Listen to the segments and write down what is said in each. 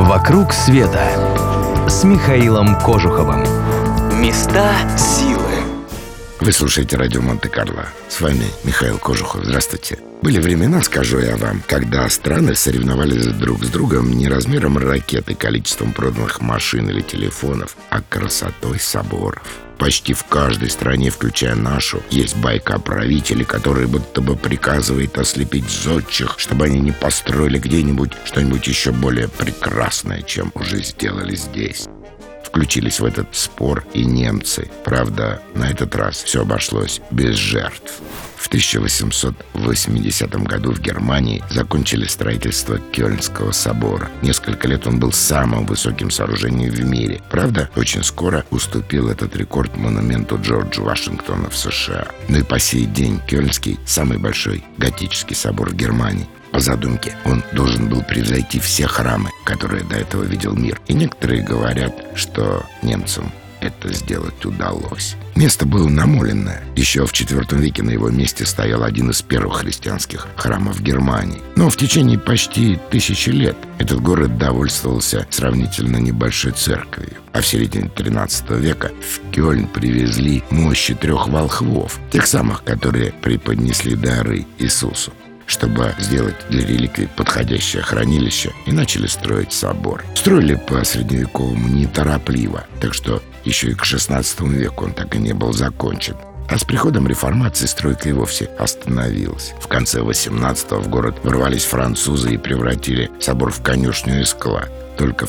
«Вокруг света» с Михаилом Кожуховым. Места силы. Вы слушаете радио Монте-Карло. С вами Михаил Кожухов. Здравствуйте. Были времена, скажу я вам, когда страны соревновались друг с другом не размером ракет и количеством проданных машин или телефонов, а красотой соборов. Почти в каждой стране, включая нашу, есть байка о правителе, который будто бы приказывает ослепить зодчих, чтобы они не построили где-нибудь что-нибудь еще более прекрасное, чем уже сделали здесь. Включились в этот спор и немцы. Правда, на этот раз все обошлось без жертв. В 1880 году в Германии закончили строительство Кёльнского собора. Несколько лет он был самым высоким сооружением в мире. Правда, очень скоро уступил этот рекорд монументу Джорджа Вашингтона в США. Но и по сей день Кёльнский – самый большой готический собор в Германии. По задумке, он должен был превзойти все храмы, которые до этого видел мир. И некоторые говорят, что немцам это сделать удалось. Место было намоленное. Еще в IV веке на его месте стоял один из первых христианских храмов Германии. Но в течение почти 1000 лет этот город довольствовался сравнительно небольшой церковью. А в середине XIII века в Кёльн привезли мощи 3 волхвов, тех самых, которые преподнесли дары Иисусу, чтобы сделать для реликвий подходящее хранилище, и начали строить собор. Строили по-средневековому неторопливо, так что еще и к XVI веку он так и не был закончен. А с приходом реформации стройка и вовсе остановилась. В конце XVIII в город ворвались французы и превратили собор в конюшню и склад. Только в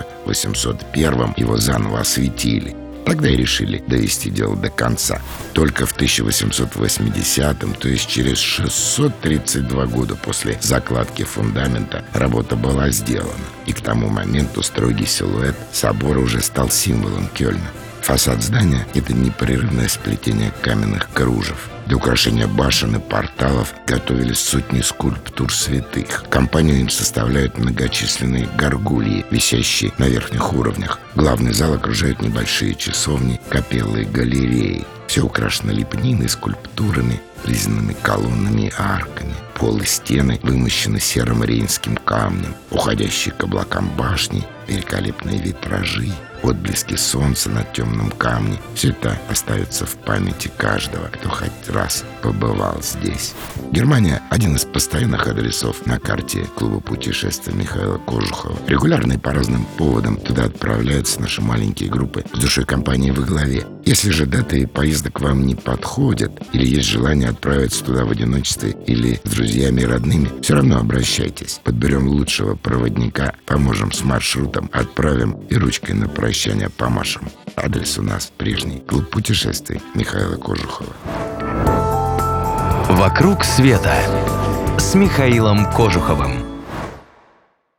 1801 его заново осветили. Тогда и решили довести дело до конца. Только в 1880-м, то есть через 632 года после закладки фундамента, работа была сделана. И к тому моменту строгий силуэт собора уже стал символом Кёльна. Фасад здания – это непрерывное сплетение каменных кружев. Для украшения башен и порталов готовились сотни скульптур святых. Компанию им составляют многочисленные горгульи, висящие на верхних уровнях. Главный зал окружают небольшие часовни, капеллы и галереи. Все украшено лепниной, скульптурами, резными колоннами и арками. Пол и стены вымощены серым рейнским камнем. Уходящие к облакам башни, великолепные витражи, отблески солнца на темном камне. Все это остается в памяти каждого, кто хоть раз побывал здесь. Германия – один из постоянных адресов на карте клуба путешествий Михаила Кожухова. Регулярно и по разным поводам туда отправляются наши маленькие группы с душой компании во главе. Если же даты и поездок вам не подходят, или есть желание отправиться туда в одиночестве или с друзьями и родными, все равно обращайтесь. Подберем лучшего проводника, поможем с маршрутом, отправим и ручкой на прощание помашем. Адрес у нас прежний. Клуб путешествий Михаила Кожухова. «Вокруг света» с Михаилом Кожуховым.